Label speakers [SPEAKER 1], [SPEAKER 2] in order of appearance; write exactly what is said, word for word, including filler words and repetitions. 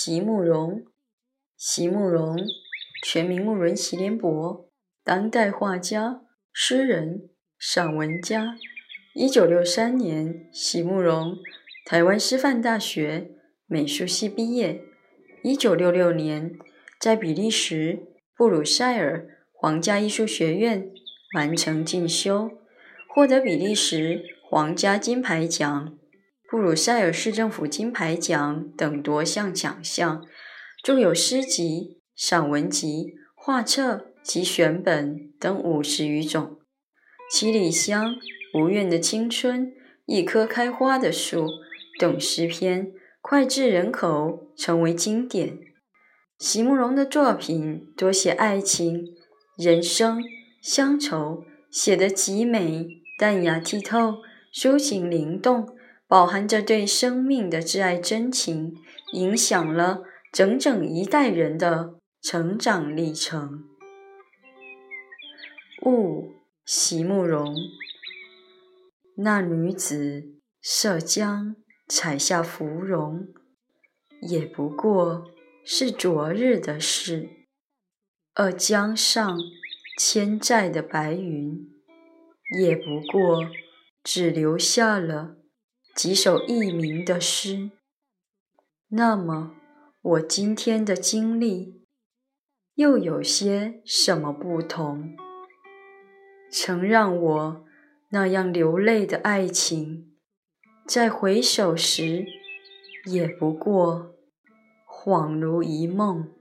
[SPEAKER 1] 席慕容。席慕容，全名慕容席联博，当代画家、诗人、散文家。一九六三年，席慕容台湾师范大学美术系毕业。一九六六年，在比利时布鲁塞尔皇家艺术学院完成进修，获得比利时皇家金牌奖、布鲁塞尔市政府金牌奖等多项奖项，著有诗集、散文集、画册及选本等五十余种。七里香、无怨的青春、一棵开花的树等诗篇脍炙人口，成为经典。席慕容的作品多写爱情、人生、乡愁，写得极美，淡雅剔透，抒情灵动，饱含着对生命的挚爱真情，影响了整整一代人的成长历程。雾，席慕容。那女子涉江采下芙蓉，也不过是昨日的事，而江上千载的白云，也不过只留下了几首佚名的诗。那么我今天的经历又有些什么不同？曾让我那样流泪的爱情，在回首时也不过恍如一梦。